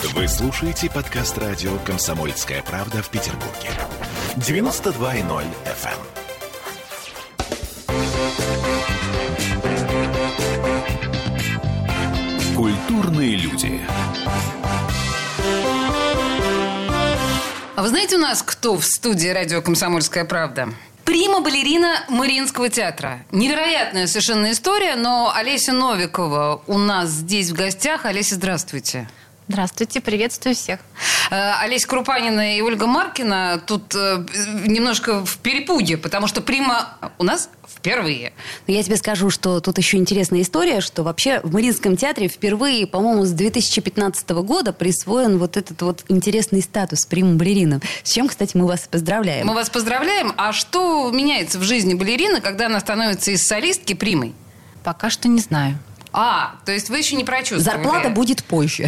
Вы слушаете подкаст радио «Комсомольская правда» в Петербурге. 92.0 FM. Культурные люди. А вы знаете, у нас кто в студии радио «Комсомольская правда»? Прима-балерина Мариинского театра. Невероятная совершенно история, но Олеся Новикова у нас здесь в гостях. Олеся, здравствуйте. Здравствуйте, приветствую всех. Олеся Крупанина и Ольга Маркина тут немножко в перепуге, потому что Прима у нас впервые. Я тебе скажу, что тут еще интересная история, что вообще в Мариинском театре впервые, по-моему, с 2015 года присвоен вот этот вот интересный статус прима-балерина. С чем, кстати, мы вас поздравляем. Мы вас поздравляем. А что меняется в жизни балерины, когда она становится из солистки примой? Пока что не знаю. То есть вы еще не прочувствовали? Зарплата будет позже.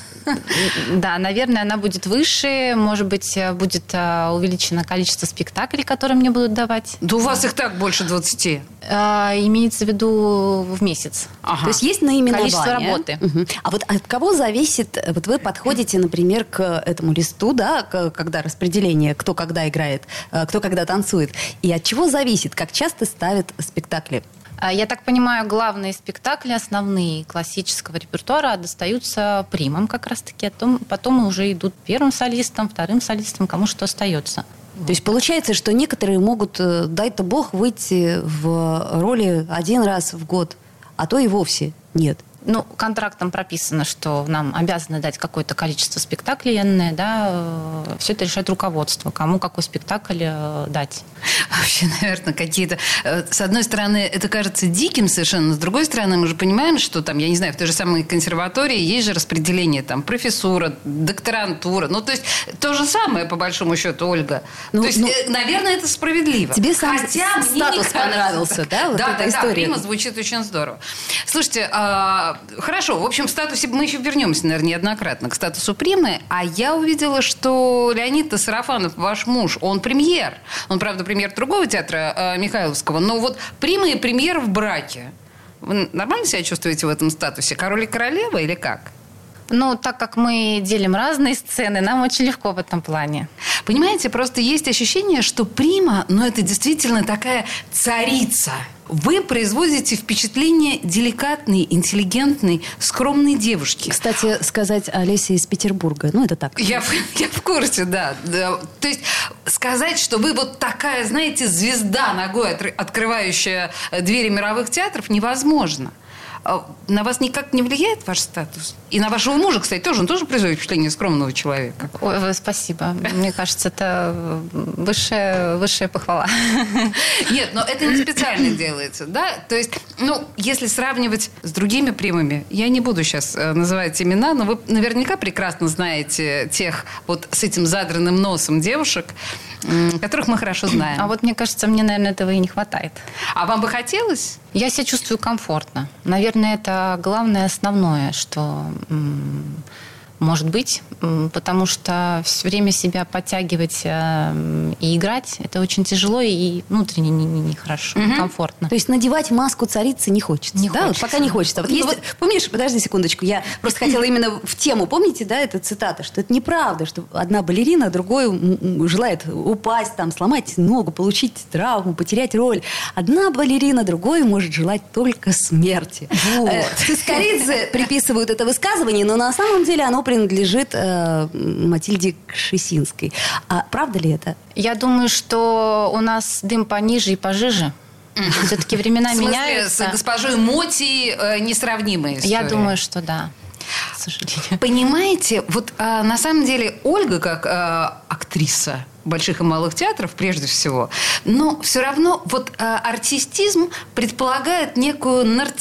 Да, наверное, она будет выше. Может быть, будет увеличено количество спектаклей, которые мне будут давать. Да у вас их так больше 20. Имеется в виду в месяц. То есть есть наименование. Количество работы. А вот от кого зависит... Вот вы подходите, например, к этому листу, да, когда распределение, кто когда играет, кто когда танцует. И от чего зависит, как часто ставят спектакли? Я так понимаю, главные спектакли, основные классического репертуара, достаются примам как раз-таки. Потом уже идут первым солистом, вторым солистом, кому что остается. То есть получается, что некоторые могут, дай-то бог, выйти в роли один раз в год, а то и вовсе нет. Ну, контрактом прописано, что нам обязаны дать какое-то количество спектаклей, да, все это решает руководство, кому какой спектакль дать. Вообще, наверное, какие-то... С одной стороны, это кажется диким совершенно, с другой стороны, мы же понимаем, что там, я не знаю, в той же самой консерватории есть же распределение, там, профессура, докторантура, то есть то же самое, по большому счету, Ольга. То есть, наверное, это справедливо. Тебе сам статус понравился, да? Вот эта история. Да, прима звучит очень здорово. Слушайте, хорошо, в общем, в статусе мы еще вернемся, наверное, неоднократно к статусу примы. А я увидела, что Леонид Сарафанов, ваш муж, он премьер. Он, правда, премьер другого театра Михайловского. Но вот прима и премьер в браке. Вы нормально себя чувствуете в этом статусе? Король и королева или как? Ну, так как мы делим разные сцены, нам очень легко в этом плане. Понимаете, просто есть ощущение, что прима, это действительно такая царица. Вы производите впечатление деликатной, интеллигентной, скромной девушки. Кстати, сказать Олеся из Петербурга, это так. Я в курсе, да. То есть сказать, что вы вот такая, знаете, звезда, ногой открывающая двери мировых театров, невозможно. На вас никак не влияет ваш статус? И на вашего мужа, кстати, тоже. Он тоже производит впечатление скромного человека. Ой, спасибо. Мне кажется, это высшая похвала. Нет, но это не специально делается, да? То есть, если сравнивать с другими примами, я не буду сейчас называть имена, но вы наверняка прекрасно знаете тех вот с этим задранным носом девушек, которых мы хорошо знаем. А вот мне кажется, мне, наверное, этого и не хватает. А вам бы хотелось? Я себя чувствую комфортно. Наверное, это главное, основное, что может быть, потому что все время себя подтягивать и играть, это очень тяжело и внутренне нехорошо, некомфортно. То есть надевать маску царицы не хочется? Не да? хочется. Вот пока не хочется. Помнишь, подожди секундочку, я просто хотела именно в тему, помните, да, эта цитата, что это неправда, что одна балерина другой желает упасть, сломать ногу, получить травму, потерять роль. Одна балерина другой может желать только смерти. Цискоридзе приписывают это высказывание, но на самом деле оно принадлежит Матильде Кшесинской. А правда ли это? Я думаю, что у нас дым пониже и пожиже. Все-таки времена меняются. С госпожой Моти несравнимые истории. Я думаю, что да. К сожалению. Понимаете, вот на самом деле Ольга как актриса больших и малых театров, прежде всего, но все равно вот артистизм предполагает некую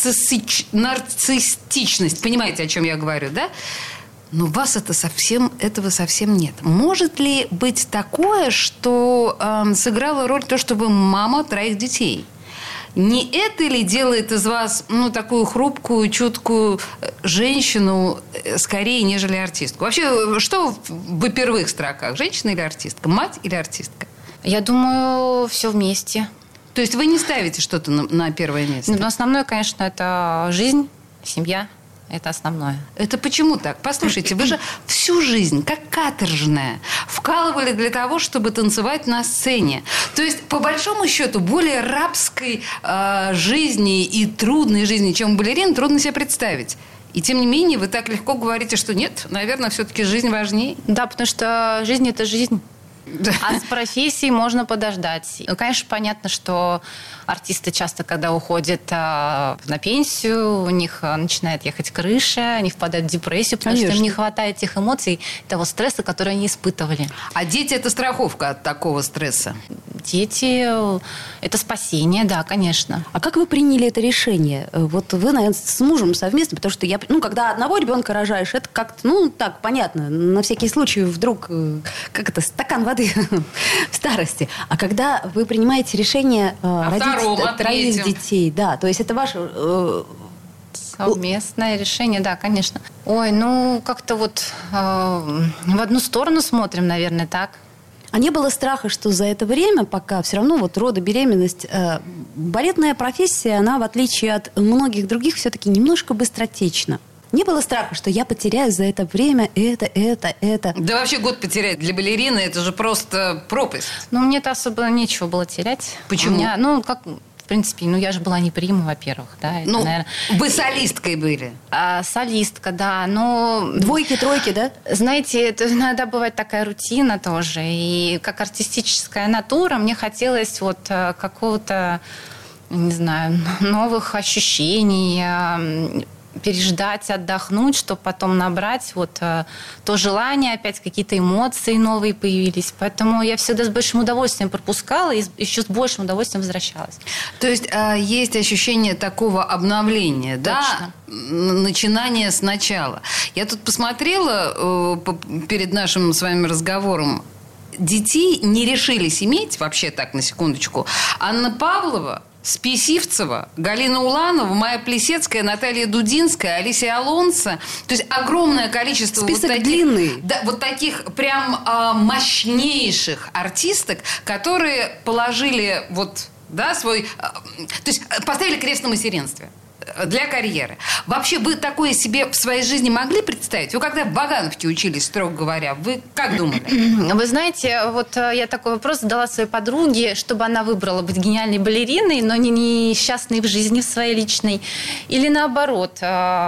нарциссичность. Понимаете, о чем я говорю, да? Но у вас этого совсем нет. Может ли быть такое, что сыграла роль то, что вы мама 3 детей? Не это ли делает из вас такую хрупкую, чуткую женщину скорее, нежели артистку? Вообще, что в первых строках? Женщина или артистка? Мать или артистка? Я думаю, все вместе. То есть вы не ставите что-то на первое место? Но основное, конечно, это жизнь, семья. Это основное. Это почему так? Послушайте, вы же всю жизнь, как каторжная, вкалывали для того, чтобы танцевать на сцене. То есть, по большому счету, более рабской жизни и трудной жизни, чем у балерин, трудно себе представить. И тем не менее, вы так легко говорите, что нет, наверное, все-таки жизнь важнее. Да, потому что жизнь – это жизнь. А с профессией можно подождать. Ну, конечно, понятно, что артисты часто, когда уходят на пенсию, у них начинает ехать крыша, они впадают в депрессию, потому что им не хватает тех эмоций, того стресса, который они испытывали. А дети – это страховка от такого стресса? Дети – это спасение, да, конечно. А как вы приняли это решение? Вот вы, наверное, с мужем совместно, потому что когда одного ребенка рожаешь, это как-то, так, понятно, на всякий случай вдруг, стакан воды в старости. А когда вы принимаете решение родить 3 детей, да, то есть это ваше... Совместное решение, да, конечно. Ой, как-то в одну сторону смотрим, наверное, так. А не было страха, что за это время, пока все равно роды, беременность, балетная профессия, она, в отличие от многих других, все-таки немножко быстротечна? Не было страха, что я потеряю за это время это? Да вообще год потерять для балерины, это же просто пропасть. Мне-то особо нечего было терять. Почему? В принципе, я же была не прима, во-первых, да. Это, наверное... Вы солисткой были? Солистка, да, Двойки, тройки, да? Знаете, это иногда бывает такая рутина тоже. И как артистическая натура мне хотелось какого-то, не знаю, новых ощущений, переждать, отдохнуть, чтобы потом набрать то желание, опять какие-то эмоции новые появились. Поэтому я всегда с большим удовольствием пропускала и еще с большим удовольствием возвращалась. То есть есть ощущение такого обновления, точно, да? Начинания сначала. Я тут посмотрела перед нашим с вами разговором. Детей не решились иметь, вообще так, на секундочку, Анна Павлова, Списивцева, Галина Уланова, Майя Плесецкая, Наталья Дудинская, Алисия Алонсо. То есть огромное количество список длинный. Да, таких прям мощнейших артисток, которые положили свой... То есть поставили крест на материнстве для карьеры. Вообще, вы такое себе в своей жизни могли представить? Вы когда в Вагановке учились, строго говоря, вы как думали? Вы знаете, я такой вопрос задала своей подруге, чтобы она выбрала быть гениальной балериной, но не несчастной в жизни в своей личной, или наоборот,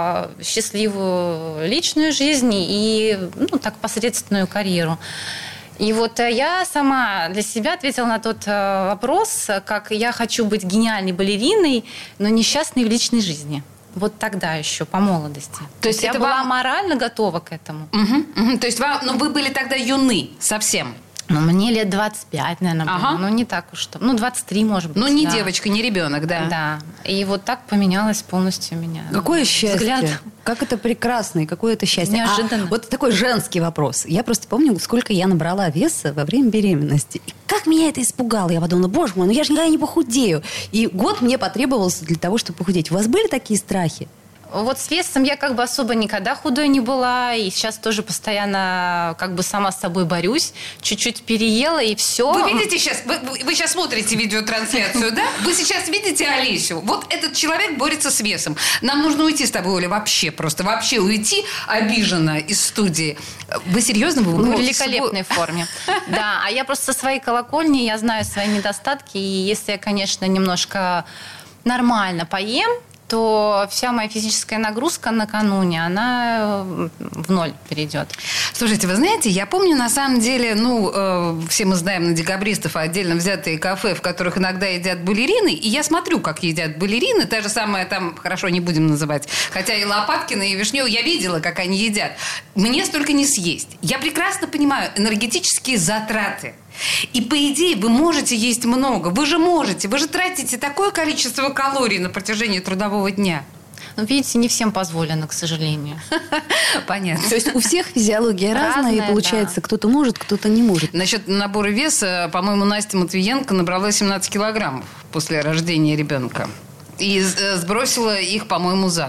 счастливую личную жизнь и так посредственную карьеру. И я сама для себя ответила на тот вопрос, как я хочу быть гениальной балериной, но несчастной в личной жизни. Тогда еще, по молодости. То есть я была морально готова к этому. То есть вы были тогда юны совсем? Мне лет 25, наверное, было. Не так уж. 23, может быть. Не девочка, не ребенок, да. Да. И так поменялось полностью у меня. Какое счастье. Взгляд. Как это прекрасно и какое это счастье. Неожиданно. Такой женский вопрос. Я просто помню, сколько я набрала веса во время беременности. И как меня это испугало. Я подумала, боже мой, я же никогда не похудею. И год мне потребовался для того, чтобы похудеть. У вас были такие страхи? С весом я особо никогда худой не была. И сейчас тоже постоянно сама с собой борюсь. Чуть-чуть переела, и все. Вы видите сейчас, вы сейчас смотрите видеотрансляцию, да? Вы сейчас видите Олесю. Этот человек борется с весом. Нам нужно уйти с тобой, Оля, вообще уйти обиженно из студии. Вы серьезно? В великолепной форме. Да, а я просто со своей колокольни, я знаю свои недостатки. И если я, конечно, немножко нормально поем, то вся моя физическая нагрузка накануне, она в ноль перейдет. Слушайте, вы знаете, я помню, на самом деле, все мы знаем на декабристов отдельно взятые кафе, в которых иногда едят балерины, и я смотрю, как едят балерины, та же самая там, хорошо, не будем называть, хотя и Лопаткина, и Вишнева, я видела, как они едят. Мне столько не съесть. Я прекрасно понимаю энергетические затраты. И, по идее, вы можете есть много. Вы же тратите такое количество калорий на протяжении трудового дня. Видите, не всем позволено, к сожалению. Понятно. То есть у всех физиология разная, и получается, да, кто-то может, кто-то не может. Насчет набора веса, по-моему, Настя Матвиенко набрала 17 килограммов после рождения ребенка. И сбросила их, по-моему, за год.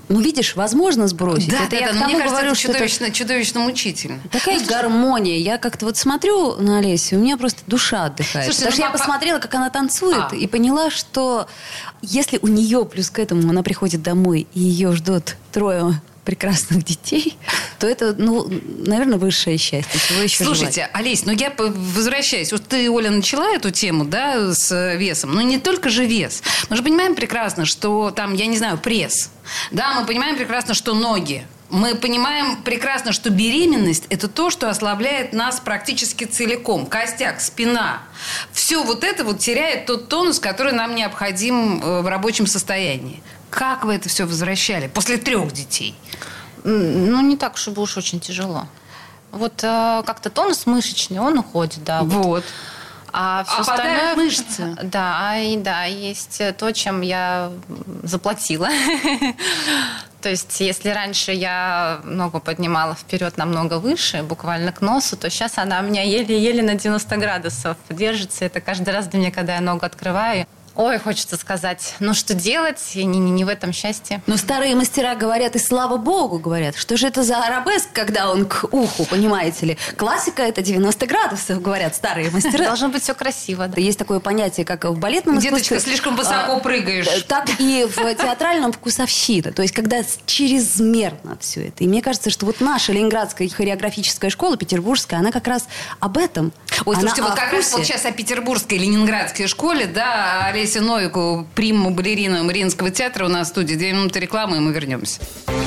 Ну, видишь, возможно сбросить. Да, это я к но тому мне кажется, говорю, это что чудовищно мучительно. такая гармония. Я как-то вот смотрю на Олесю, у меня просто душа отдыхает. Слушайте, Потому что я посмотрела, как она танцует, и поняла, что если у нее плюс к этому она приходит домой, и ее ждут 3 прекрасных детей, то это, ну, наверное, высшее счастье. Чего еще Слушайте, желать? Олесь, ну я возвращаюсь. Вот ты, Оля, начала эту тему, да, с весом. Но не только же вес. Мы же понимаем прекрасно, что там, я не знаю, пресс. Да, мы понимаем прекрасно, что ноги. Мы понимаем прекрасно, что беременность – это то, что ослабляет нас практически целиком. Костяк, спина. Все вот это вот теряет тот тонус, который нам необходим в рабочем состоянии. Как вы это все возвращали после 3 детей? Ну, не так уж очень тяжело. Вот как-то тонус мышечный, он уходит, да. Вот. А все остальное... мышцы. Да, есть то, чем я заплатила. То есть, если раньше я ногу поднимала вперед намного выше, буквально к носу, то сейчас она у меня еле-еле на 90 градусов держится. Это каждый раз для меня, когда я ногу открываю. Ой, хочется сказать, ну что делать? И не в этом счастье. Но старые мастера говорят, и слава богу говорят, что же это за арабеск, когда он к уху, понимаете ли? Классика – это 90 градусов, говорят старые мастера. Должно быть все красиво. Да. Есть такое понятие, как в балетном искусстве. Деточка, слишком высоко прыгаешь. Так и в театральном вкусовщина. То есть, когда чрезмерно все это. И мне кажется, что вот наша ленинградская хореографическая школа, петербургская, она как раз об этом. Ой, слушайте, она вот как раз вот сейчас о петербургской ленинградской школе, да, Олеся Новику, приму-балерина Мариинского театра у нас в студии. 2 минуты рекламы, и мы вернемся.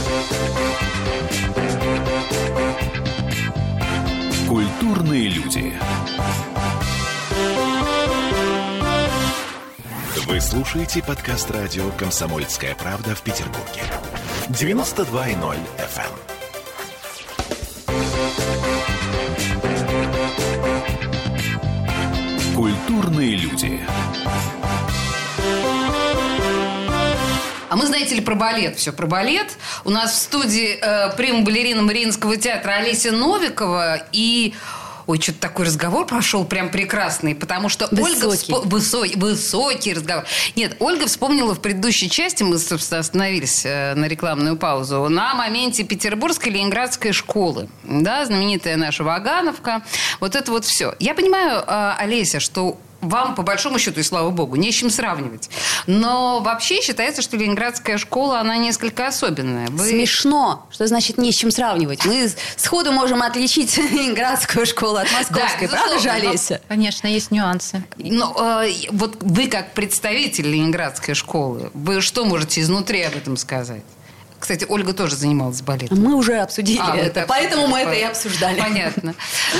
Культурные люди. Вы слушаете подкаст радио «Комсомольская правда» в Петербурге. 92.0 FM. Культурные люди. А мы, знаете ли, про балет. Все про балет. У нас в студии прима-балерина Мариинского театра Олеся Новикова. И... Ой, что-то такой разговор прошел прям прекрасный, потому что Высокий. Ольга... Высокий разговор. Нет, Ольга вспомнила в предыдущей части, мы, собственно, остановились на рекламную паузу, на моменте Петербургской ленинградской школы. Да, знаменитая наша Вагановка. Вот это вот все. Я понимаю, Олеся, что вам, по большому счету, и слава богу, не с чем сравнивать. Но вообще считается, что ленинградская школа, она несколько особенная. Смешно. Что значит не с чем сравнивать? Мы сходу можем отличить ленинградскую школу от московской. Да, правда же, безусловно. Олеся? Конечно, есть нюансы. Но вот вы, как представитель ленинградской школы, вы что можете изнутри об этом сказать? Кстати, Ольга тоже занималась балетом. Мы уже обсудили вы это, поэтому мы это и обсуждали. Понятно.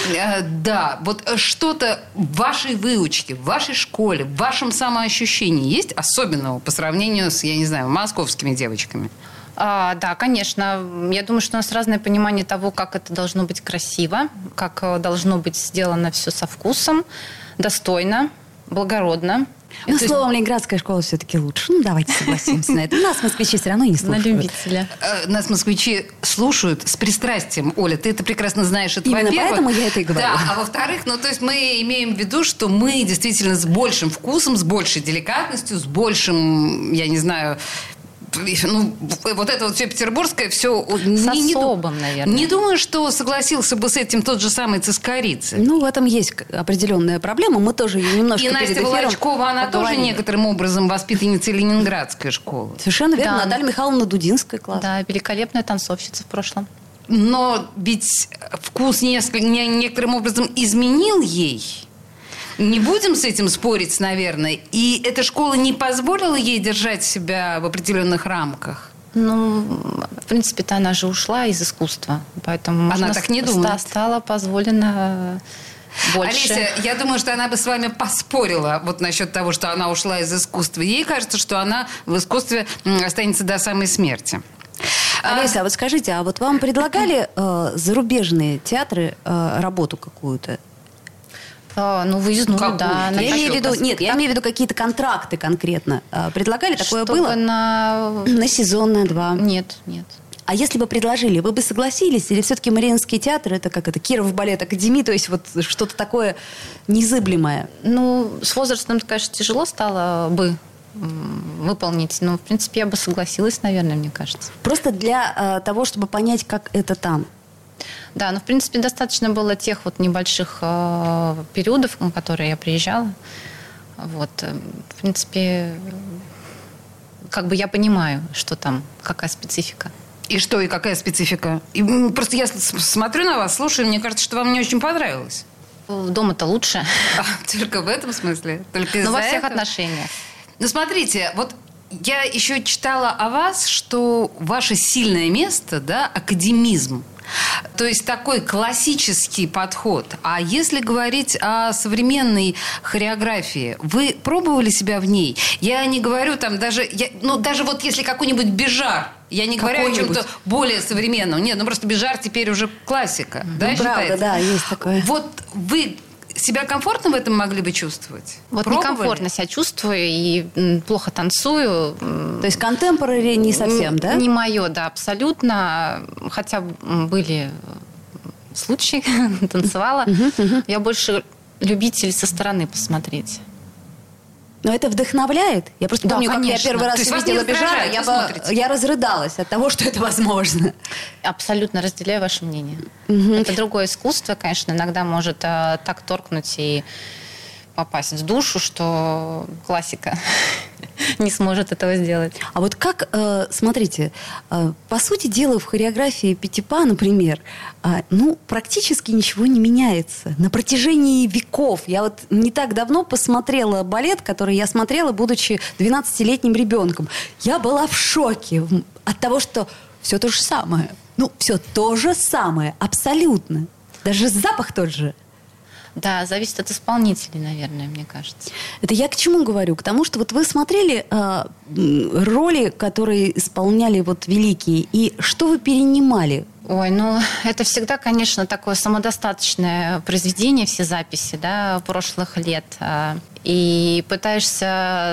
Да, вот что-то в вашей выучке, в вашей школе, в вашем самоощущении есть особенного по сравнению с, я не знаю, московскими девочками? Да, конечно. Я думаю, что у нас разное понимание того, как это должно быть красиво, как должно быть сделано все со вкусом, достойно, благородно. Ну, словом, ленинградская школа все-таки лучше. Ну, давайте согласимся на это. Нас москвичи все равно не слушают. На любителя. Нас москвичи слушают с пристрастием. Оля, ты это прекрасно знаешь. Это, именно во-первых. Поэтому я это и говорю. Да, а во-вторых, ну, то есть мы имеем в виду, что мы действительно с большим вкусом, с большей деликатностью, с большим, я не знаю... Ну, вот это вот все петербургское, все... С особым, наверное. Не думаю, что согласился бы с этим тот же самый Цискоридзе. Ну, в этом есть определенная проблема. Мы тоже ее немножко И Настя Волочкова, она тоже некоторым образом воспитанница ленинградской школы. Совершенно верно. Да. Наталья Михайловна Дудинская, класс. Да, великолепная танцовщица в прошлом. Но ведь вкус некоторым образом изменил ей. Не будем с этим спорить, наверное. И эта школа не позволила ей держать себя в определенных рамках. Ну, в принципе-то она же ушла из искусства. Поэтому Она так не думает. Стало позволено больше. Олеся, я думаю, что она бы с вами поспорила вот насчет того, что она ушла из искусства. Ей кажется, что она в искусстве останется до самой смерти. Олеся, а вот скажите, а вот вам предлагали зарубежные театры работу какую-то? Ну, выездную, Какую? да. Я имею в виду, нет, я имею в виду какие-то контракты конкретно. Предлагали? Такое Чтобы было? На сезон, на 2. Нет. А если бы предложили, вы бы согласились? Или все-таки Мариинский театр, это как это, Киров балет академии, то есть вот что-то такое незыблемое? Ну, с возрастом, конечно, тяжело стало бы выполнить. В принципе, я бы согласилась, наверное, мне кажется. Просто для того, чтобы понять, как это там. Да, в принципе, достаточно было тех небольших периодов, на которые я приезжала. В принципе, я понимаю, что там, какая специфика. И что, и какая специфика? Просто я смотрю на вас, слушаю, мне кажется, что вам не очень понравилось. Дома-то лучше. Только в этом смысле? Только из-за во всех этого? отношениях. Смотрите, я еще читала о вас, что ваше сильное место, академизм. То есть такой классический подход. А если говорить о современной хореографии, вы пробовали себя в ней? Я не говорю даже если какой-нибудь Бежар, я не говорю о чем-то более современном. Нет, просто Бежар теперь уже классика. Да, правда, да, есть такое. Вы себя комфортно в этом могли бы чувствовать? Некомфортно себя чувствую и плохо танцую. То есть контемпорари не совсем, да? Не мое, да, абсолютно. Хотя были случаи, танцевала. Я больше любитель со стороны посмотреть. Но это вдохновляет. Я просто помню, как я первый раз увидела Бежара, я разрыдалась от того, что это возможно. Абсолютно разделяю ваше мнение. Это другое искусство, конечно, иногда может так торкнуть и попасть в душу, что классика не сможет этого сделать. А как, смотрите, по сути дела в хореографии Петипа, например, практически ничего не меняется. На протяжении веков. Я не так давно посмотрела балет, который я смотрела, будучи 12-летним ребенком. Я была в шоке от того, что все то же самое. Все то же самое, абсолютно. Даже запах тот же. Да, зависит от исполнителей, наверное, мне кажется. Это я к чему говорю? К тому, что вы смотрели роли, которые исполняли великие, и что вы перенимали? Ой, это всегда, конечно, такое самодостаточное произведение, все записи, прошлых лет. И пытаешься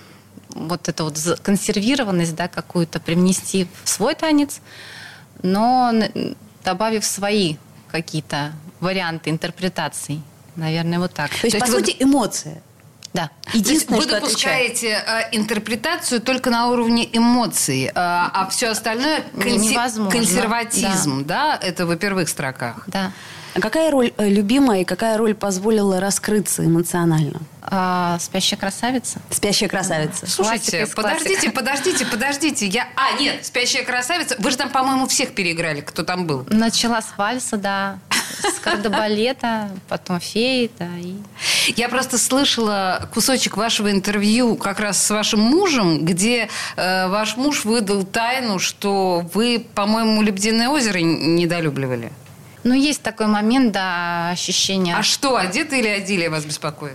эту консервированность, какую-то привнести в свой танец, но добавив свои какие-то варианты интерпретаций. Наверное, так. То есть, по сути, эмоция. Да. Единственное, что вы допускаете интерпретацию только на уровне эмоций, а все остальное консерватизм, да. Это в первых строках. Да. А какая роль любимая и какая роль позволила раскрыться эмоционально? «Спящая красавица». «Спящая красавица». Слушайте, подождите. Нет, «Спящая красавица». Вы же там, по-моему, всех переиграли, кто там был. Начала с вальса, да. С кардебалета, потом феи, да. Я просто слышала кусочек вашего интервью как раз с вашим мужем, где ваш муж выдал тайну, что вы, по-моему, «Лебединое озеро» недолюбливали. Есть такой момент, да, ощущение. А что, Одетта или Адилия вас беспокоит?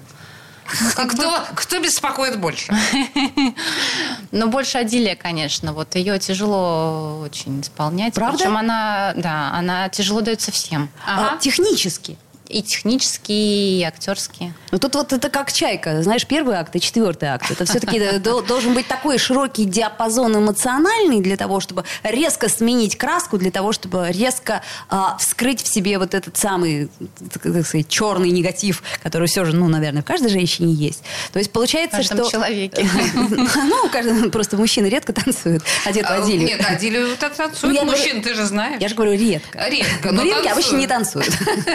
Кто беспокоит больше? Больше Адилия, конечно. Ее тяжело очень исполнять. Правда? Причем она тяжело дается всем. Технически? И технические, и актерские. Тут это как «Чайка». Знаешь, первый акт и четвертый акт. Это все-таки должен быть такой широкий диапазон эмоциональный для того, чтобы резко сменить краску, для того, чтобы резко вскрыть в себе этот самый, так сказать, черный негатив, который все же, наверное, в каждой женщине есть. То есть получается, что... В каждом человеке. Просто мужчины редко танцуют. Одету Адилию. Нет, Адилию танцуют мужчин, ты же знаешь. Я же говорю, редко. Редко, но редко обычно не танцуют.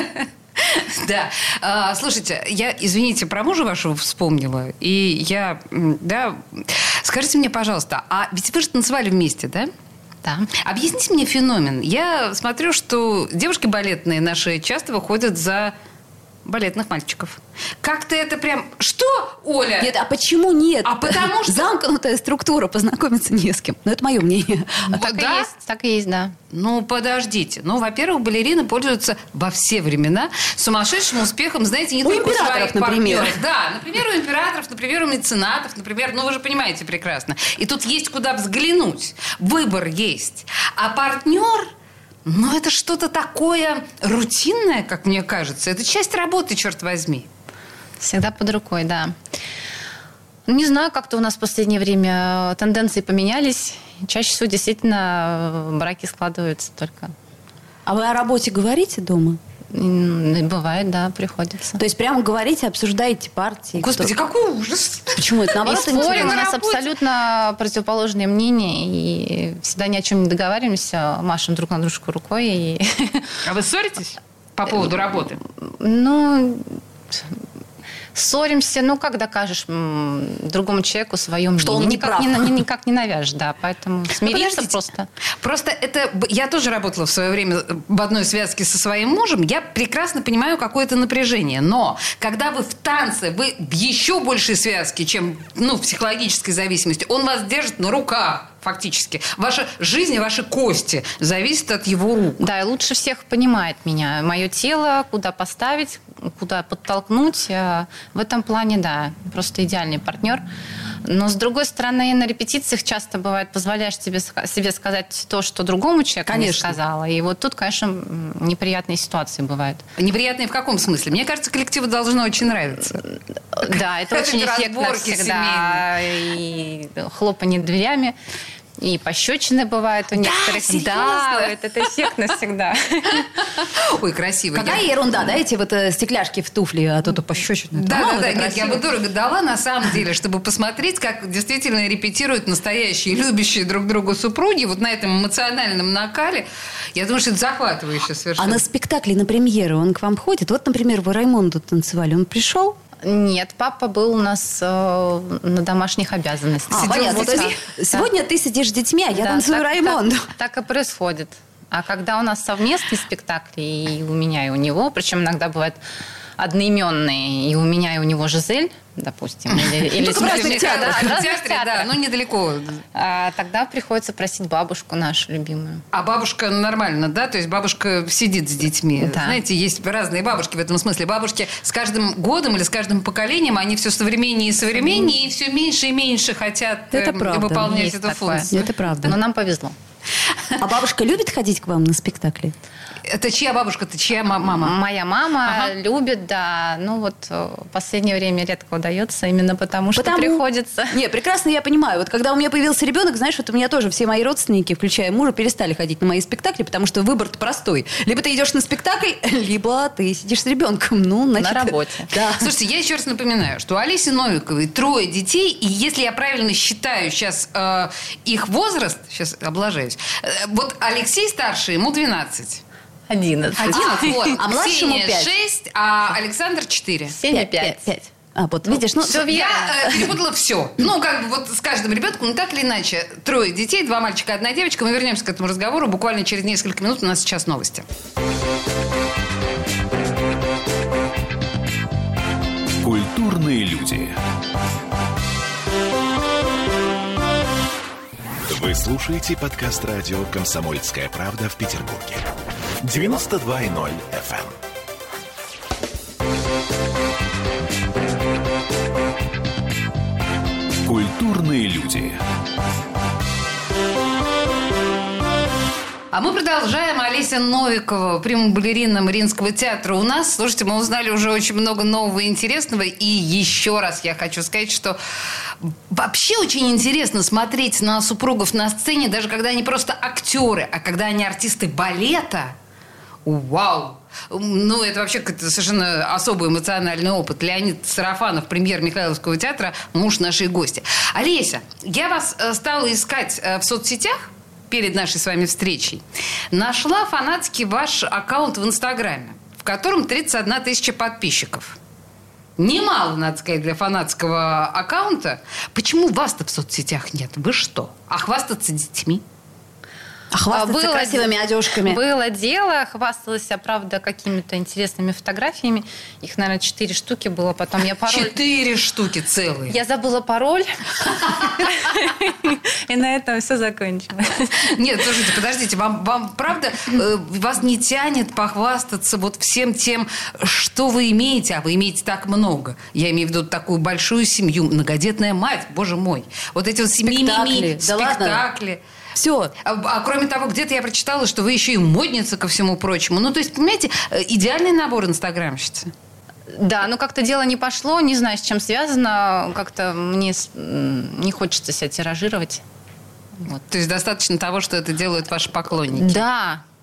Да. Слушайте, я, извините, про мужа вашего вспомнила. И скажите мне, пожалуйста, а ведь вы же танцевали вместе, да? Да. Объясните мне феномен. Я смотрю, что девушки балетные наши часто выходят за балетных мальчиков. Как-то это прям... Что, Оля? Нет, а почему нет? А потому что... Замкнутая структура, познакомиться не с кем. Это мое мнение. Так и есть, да. Подождите. Во-первых, балерины пользуются во все времена сумасшедшим успехом, знаете, не только у своих партнеров. Да, например, у императоров, например, у меценатов, например, вы же понимаете прекрасно. И тут есть куда взглянуть. Выбор есть. А партнер... это что-то такое рутинное, как мне кажется. Это часть работы, черт возьми. Всегда под рукой, да. Не знаю, как-то у нас в последнее время тенденции поменялись. Чаще всего действительно браки складываются только. А вы о работе говорите дома? Бывает, да, приходится. То есть прямо говорите, обсуждаете партии? Господи, какой ужас! Почему это наоборот И спорим, интересно? у нас абсолютно противоположные мнения, и всегда ни о чем не договариваемся, машем друг на дружку рукой. И... А вы ссоритесь по поводу работы? Ну, ссоримся, ну, как докажешь другому человеку свое мнение? Что он не прав. Никак не навяжешь, да, поэтому смириться просто. Просто это... Я тоже работала в свое время в одной связке со своим мужем. Я прекрасно понимаю какое-то напряжение. Но когда вы в танце, вы в еще большей связке, чем в психологической зависимости, он вас держит на руках. Фактически. Ваша жизнь и ваши кости зависят от его рук. Да, и лучше всех понимает меня. Мое тело, куда поставить, куда подтолкнуть. В этом плане, да, просто идеальный партнер. Но, с другой стороны, на репетициях часто бывает, позволяешь себе сказать то, что другому человеку не сказала. И вот тут, конечно, неприятные ситуации бывают. Неприятные в каком смысле? Мне кажется, коллективу должно очень нравиться. Да, это очень эффектно всегда. И хлопанье дверями. И пощечины бывают у некоторых. Да, это эффектно всегда. Ой, красиво. Какая ерунда, да, эти вот стекляшки в туфли, а то пощечины. Да. Нет, я бы дорого дала, на самом деле, чтобы посмотреть, как действительно репетируют настоящие, любящие друг друга супруги, вот на этом эмоциональном накале. Я думаю, что это захватывающе совершенно. А на спектакле, на премьеру он к вам ходит? Вот, например, вы Раймонду танцевали, он пришел? Нет, папа был у нас на домашних обязанностях. Понятно. То есть сегодня ты сидишь с детьми, а я танцую Раймонду. Так и происходит. А когда у нас совместный спектакль, и у меня, и у него, причем иногда бывает одноименные, и у меня, и у него Жизель, допустим. Или в разных театрах. В театре, да, ну недалеко. Тогда приходится просить бабушку нашу любимую. А бабушка нормально, да? То есть бабушка сидит с детьми. Да. Знаете, есть разные бабушки в этом смысле. Бабушки с каждым годом или с каждым поколением, они все современнее и современнее, и все меньше и меньше хотят выполнять есть эту такое. функцию. Это правда. Но нам повезло. А бабушка любит ходить к вам на спектакли? Это чья бабушка, это чья мама? Моя мама любит, да. Ну вот в последнее время редко удается, именно потому что приходится. Не, прекрасно я понимаю. Вот когда у меня появился ребенок, знаешь, вот у меня тоже все мои родственники, включая мужа, перестали ходить на мои спектакли, потому что выбор-то простой. Либо ты идешь на спектакль, либо ты сидишь с ребенком. Ну, значит, на работе. Да. Слушайте, я еще раз напоминаю, что у Олеси Новиковой 3 детей, и если я правильно считаю сейчас их возраст, сейчас облажаюсь, вот Алексей старший, ему 12. 11. Вот. А младшему Ксения 5. 6, а Александр 4. 7 и 5. 5. А, вот, видишь, ну... Все Я перепутала все. Ну, как бы вот с каждым ребенком, ну, так или иначе, 3 детей, 2 мальчика, 1 девочка. Мы вернемся к этому разговору буквально через несколько минут. У нас сейчас новости. Культурные люди. Вы слушаете подкаст радио «Комсомольская правда» в Петербурге. 92.0 FM. Культурные люди. А мы продолжаем. Олеся Новикова, прима-балерина Мариинского театра у нас. Слушайте, мы узнали уже очень много нового и интересного. И еще раз я хочу сказать, что вообще очень интересно смотреть на супругов на сцене, даже когда они просто актеры, а когда они артисты балета. Вау! Ну, это вообще какой-то совершенно особый эмоциональный опыт. Леонид Сарафанов, премьер Михайловского театра, муж нашей гости. Олеся, я вас стала искать в соцсетях перед нашей с вами встречей. Нашла фанатский ваш аккаунт в Инстаграме, в котором 31 тысяча подписчиков. Немало, надо сказать, для фанатского аккаунта. Почему вас-то в соцсетях нет? Вы что? А хвастаться детьми? А хвастаться красивыми одежками. Было дело, хвасталась я, правда, какими-то интересными фотографиями. Их, наверное, 4 штуки было. Потом я пароль... 4 штуки целые. Я забыла пароль. И на этом все закончилось. Нет, слушайте, подождите. Вам правда, вас не тянет похвастаться вот всем тем, что вы имеете? А вы имеете так много. Я имею в виду такую большую семью, многодетная мать, боже мой. Вот эти вот спектакли. Все. А кроме того, где-то я прочитала, что вы еще и модница ко всему прочему. Ну, то есть, понимаете, идеальный набор инстаграмщицы. Да, но как-то дело не пошло, не знаю, с чем связано. Как-то мне не хочется себя тиражировать. Вот. То есть достаточно того, что это делают ваши поклонники. Да.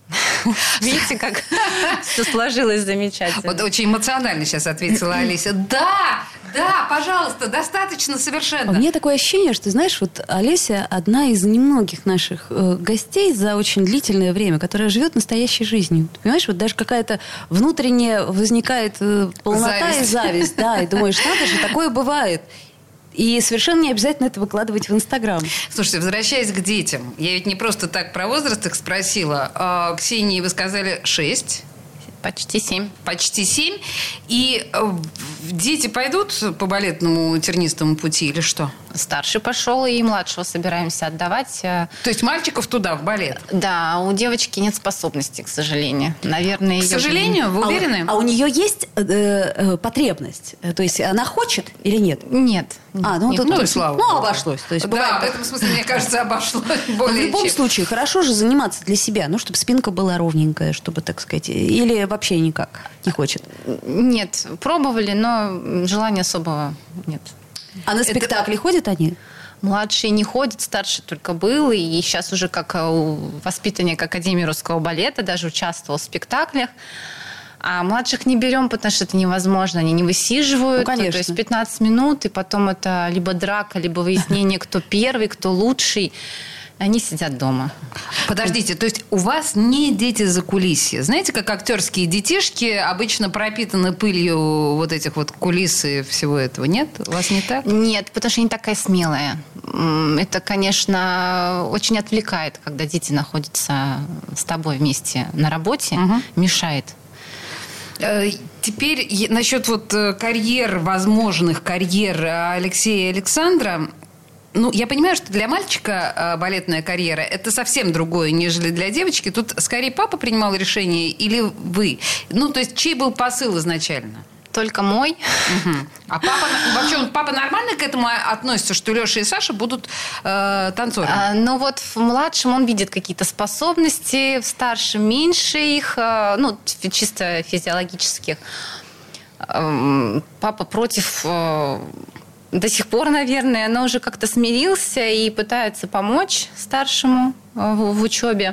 Видите, как все сложилось замечательно. Вот очень эмоционально сейчас ответила Олеся. Да, пожалуйста, достаточно совершенно. У меня такое ощущение, что, знаешь, вот Олеся одна из немногих наших гостей за очень длительное время, которая живет настоящей жизнью. Ты понимаешь, вот даже какая-то внутренняя возникает полнота и зависть. Да, и думаешь, надо же, такое бывает. И совершенно не обязательно это выкладывать в Инстаграм. Слушайте, возвращаясь к детям, я ведь не просто так про возраст их спросила. Ксении вы сказали 6. Почти 7. Почти 7. И дети пойдут по балетному тернистому пути или что? Старший пошел, и младшего собираемся отдавать. То есть мальчиков туда, в балет? Да, у девочки нет способностей, к сожалению. Наверное, К сожалению, вы уверены? А у нее есть потребность? То есть она хочет или нет? Нет. Нет, слава богу. Обошлось. То есть Да, бывает. в этом смысле, мне кажется, обошлось В более любом чем. случае, хорошо же заниматься для себя, ну, чтобы спинка была ровненькая, чтобы, так сказать, или вообще никак не хочет. Нет, пробовали, но желания особого нет. А на спектакли ходят они? Младший не ходит, старший только был, и сейчас уже как воспитанник Академии русского балета, даже участвовал в спектаклях. А младших не берем, потому что это невозможно. Они не высиживают. Ну, конечно. То есть 15 минут, и потом это либо драка, либо выяснение, кто первый, кто лучший. Они сидят дома. Подождите, то есть у вас не дети закулисья. Знаете, как актерские детишки обычно пропитаны пылью вот этих вот кулис и всего этого, нет? У вас не так? Нет, потому что я не такая смелая. Это, конечно, очень отвлекает, когда дети находятся с тобой вместе на работе, мешает. Теперь насчет вот карьер, возможных карьер Алексея и Александра. Ну, я понимаю, что для мальчика балетная карьера – это совсем другое, нежели для девочки. Тут скорее папа принимал решение или вы? Ну, то есть чей был посыл изначально? Только мой. А папа, вообще, папа нормально к этому относится, что Леша и Саша будут танцорами? Ну вот в младшем он видит какие-то способности, в старшем меньше их, ну, чисто физиологических. Папа против до сих пор, наверное, но уже как-то смирился и пытается помочь старшему в учебе.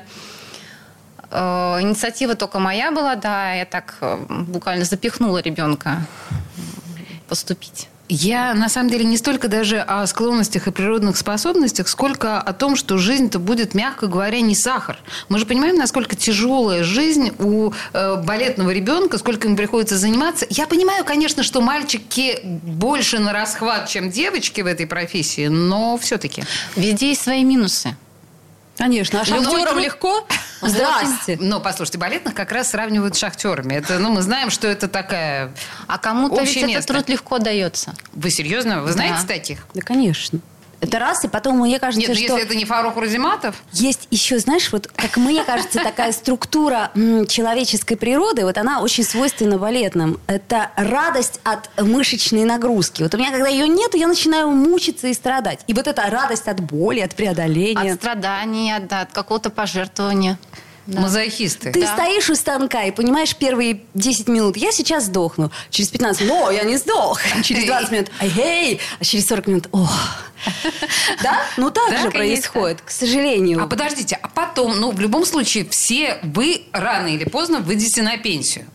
Инициатива только моя была, да, я так буквально запихнула ребенка поступить. Я, на самом деле, не столько даже о склонностях и природных способностях, сколько о том, что жизнь-то будет, мягко говоря, не сахар. Мы же понимаем, насколько тяжелая жизнь у балетного ребенка, сколько ему приходится заниматься. Я понимаю, конечно, что мальчики больше на расхват, чем девочки в этой профессии, но все-таки. Везде есть свои минусы. Конечно. А шахтерам легко? Здрасте. Но, послушайте, балетных как раз сравнивают с шахтерами. Это, ну, мы знаем, что это такая А кому-то ведь общее место. этот труд легко дается. Вы серьезно? Вы знаете таких? Да, конечно. Это раз, и потом, мне кажется, Нет, ну, что... если это не Фарух Разиматов. Есть еще, знаешь, вот, как мне кажется, такая структура человеческой природы, вот она очень свойственна балетным. Это радость от мышечной нагрузки. Вот у меня, когда ее нету, я начинаю мучиться и страдать. И вот эта радость от боли, от преодоления. От страдания, да, от какого-то пожертвования. Да. Мазохисты. Ты стоишь у станка и понимаешь первые 10 минут, я сейчас сдохну. Через 15, о, я не сдох. Через 20 минут, эй, а через 40 минут, Да? Ну так же происходит, к сожалению. А подождите, а потом, ну, в любом случае, все вы рано или поздно выйдете на пенсию.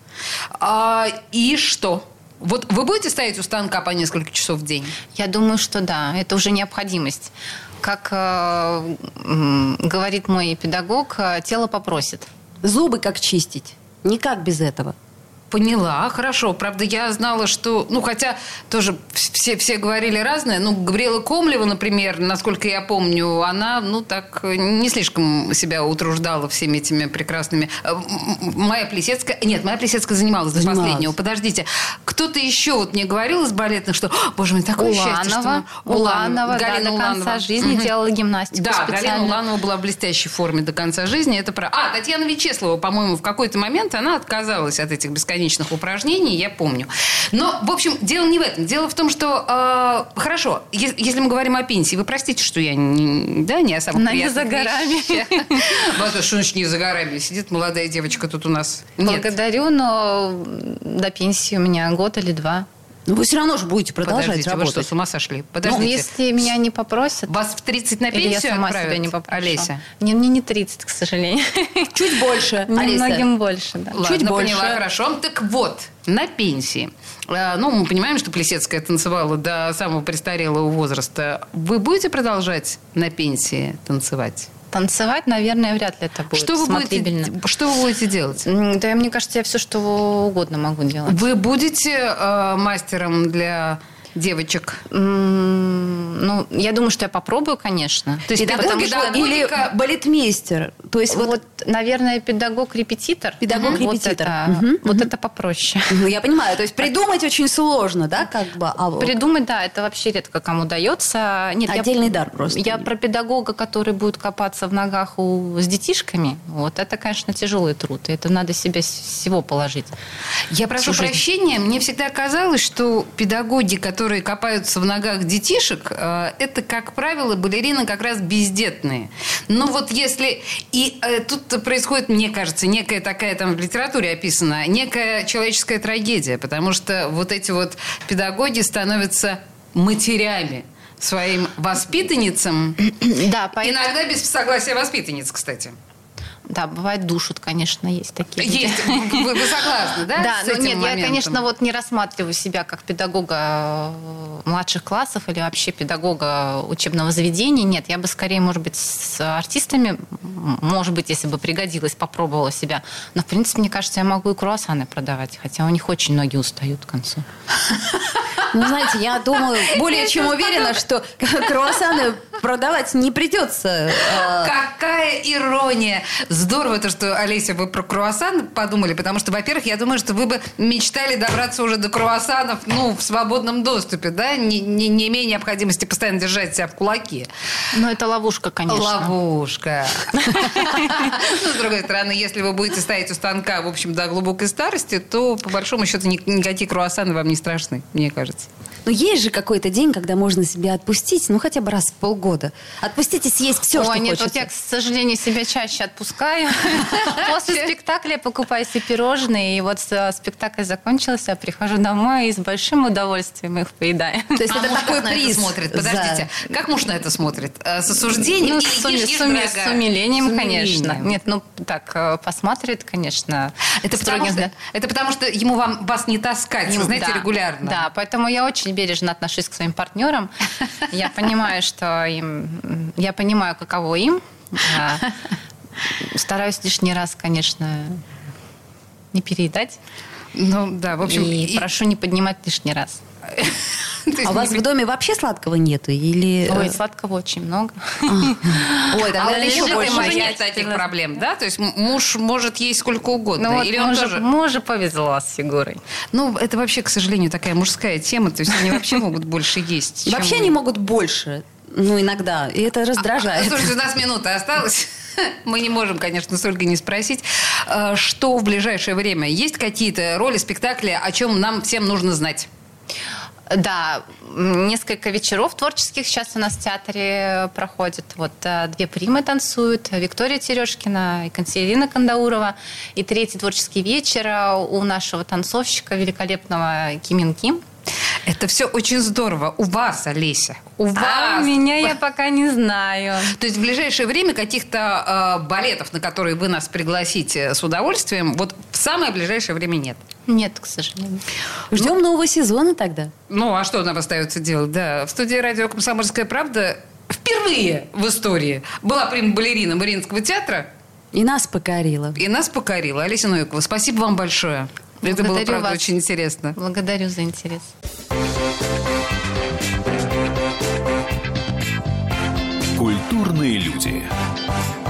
И что? Вот вы будете стоять у станка по несколько часов в день? Я думаю, что да, это уже необходимость. Как говорит мой педагог, тело попросит. Зубы как чистить? Никак без этого. Поняла, хорошо. Правда, я знала, что... Ну, хотя тоже все говорили разное. Ну, Габриэла Комлева, например, насколько я помню, она, ну, так не слишком себя утруждала всеми этими прекрасными... Майя Плисецкая... Нет, Майя Плисецкая занималась до последнего. Подождите. Кто-то еще вот мне говорил из балетных, что, боже мой, такое счастье, что... Уланова, Галина до Уланова. конца жизни делала гимнастику Да, специально. Галина Уланова была в блестящей форме до конца жизни. Это про... Татьяна Вячеслава, по-моему, в какой-то момент она отказалась от этих бесконечных упражнений, я помню. Но, в общем, дело не в этом. Дело в том, что... хорошо, если мы говорим о пенсии, вы простите, что я не особо Она не за горами. Вот что значит не за горами? Сидит молодая девочка тут у нас. Благодарю, но до пенсии у меня год или два. Но вы все равно же будете продолжать Подождите, работать. вы что, с ума сошли? Ну, Подождите. если меня не попросят... Вас в 30 на или я пенсию сама отправят, себя не попрошу. Олеся? Мне не 30, к сожалению. Чуть больше, Олеся. Немногим больше, да. Ладно, Чуть больше. поняла, хорошо. Так вот, на пенсии. Ну, мы понимаем, что Плесецкая танцевала до самого престарелого возраста. Вы будете продолжать на пенсии танцевать? Танцевать, наверное, вряд ли это будет Что вы будете делать? Да, мне кажется, я все что угодно могу делать. Вы будете мастером для девочек? Ну, я думаю, что я попробую, конечно. То есть Педагогика или балетмейстер? То есть Вот, наверное, педагог-репетитор. Педагог-репетитор. Вот это попроще. Ну, я понимаю. То есть придумать очень сложно, да, как бы? Придумать, да, это вообще редко кому удается. Нет, Отдельный дар просто. Я про педагога, который будет копаться в ногах с детишками. Вот это, конечно, тяжелый труд. И это надо себя всего положить. Я прошу прощения, мне всегда казалось, что педагоги, которые копаются в ногах детишек, это, как правило, балерины как раз бездетные. Но вот если... И тут происходит, мне кажется, некая такая, там в литературе описана, некая человеческая трагедия, потому что вот эти вот педагоги становятся матерями своим воспитанницам. Да, Иногда без согласия воспитанниц, кстати. Да, бывает, душат, конечно, есть такие. Есть. Вы согласны, да? Да, с но этим нет, моментом? я, конечно, вот не рассматриваю себя как педагога младших классов или вообще педагога учебного заведения. Нет, я бы скорее, может быть, с артистами, может быть, если бы пригодилось, попробовала себя. Но, в принципе, мне кажется, я могу и круассаны продавать, хотя у них очень многие устают к концу. Ну, знаете, я думаю, более чем уверена, что круассаны продавать не придется. Какая ирония! Здорово то, что, Олеся, вы про круассан подумали, потому что, во-первых, я думаю, что вы бы мечтали добраться уже до круассанов, ну, в свободном доступе, да, не имея необходимости постоянно держать себя в кулаке. Ну, это ловушка, конечно. Ловушка. Ну, с другой стороны, если вы будете стоять у станка, в общем, до глубокой старости, то, по большому счету, никакие круассаны вам не страшны, мне кажется. Но есть же какой-то день, когда можно себя отпустить, ну, хотя бы раз в полгода. Отпустить и съесть все, что нет, хочется. вот я, к сожалению, себя чаще отпускаю. После спектакля я покупаю себе пирожные, и вот спектакль закончился, я прихожу домой и с большим удовольствием их поедаю. То есть это муж такой как на приз. это смотрит? Подождите. Как муж на это смотрит? С осуждением? Ну, Или ешь, с умилением, конечно. умилением. Нет, ну, так, посматривает, конечно. Это потому что ему вас не таскать, вы знаете, Да, регулярно. Да, поэтому я очень бережно отношусь к своим партнерам. Я понимаю, что им... Я понимаю, каково им. Стараюсь лишний раз, конечно, не переедать. Ну, да, в общем... И прошу не поднимать лишний раз. А у вас в доме вообще сладкого нету? Или... Ой, сладкого очень много. Ой, тогда еще еще больше больше. нет таких проблем, да? То есть муж может есть сколько угодно. Ну, вот Или он тоже... мужу повезло с фигурой. Ну, это вообще, к сожалению, такая мужская тема. То есть они вообще могут больше есть. чем Вообще мы. они могут больше, ну, иногда. И это раздражает. Слушайте, у нас минута осталась. Мы не можем, конечно, с Ольгой не спросить, что в ближайшее время. Есть какие-то роли, спектакли, о чем нам всем нужно знать? Да, несколько вечеров творческих сейчас у нас в театре проходит. Вот две примы танцуют, Виктория Терешкина и Константина Кандаурова. И третий творческий вечер у нашего танцовщика великолепного Кимин Ким. Это все очень здорово. У вас, Олеся, у вас. А у меня я пока не знаю. То есть в ближайшее время каких-то балетов, на которые вы нас пригласите с удовольствием, вот в самое ближайшее время нет? Нет, к сожалению. Ждем нового сезона тогда. Ну, а что нам остается делать? Да, в студии радио «Комсомольская правда» впервые в истории была прима-балерина Мариинского театра. И нас покорила. И нас покорила. Олеся Новикова, спасибо вам большое. Это было, правда, вас. очень интересно. Благодарю за интерес. Культурные люди.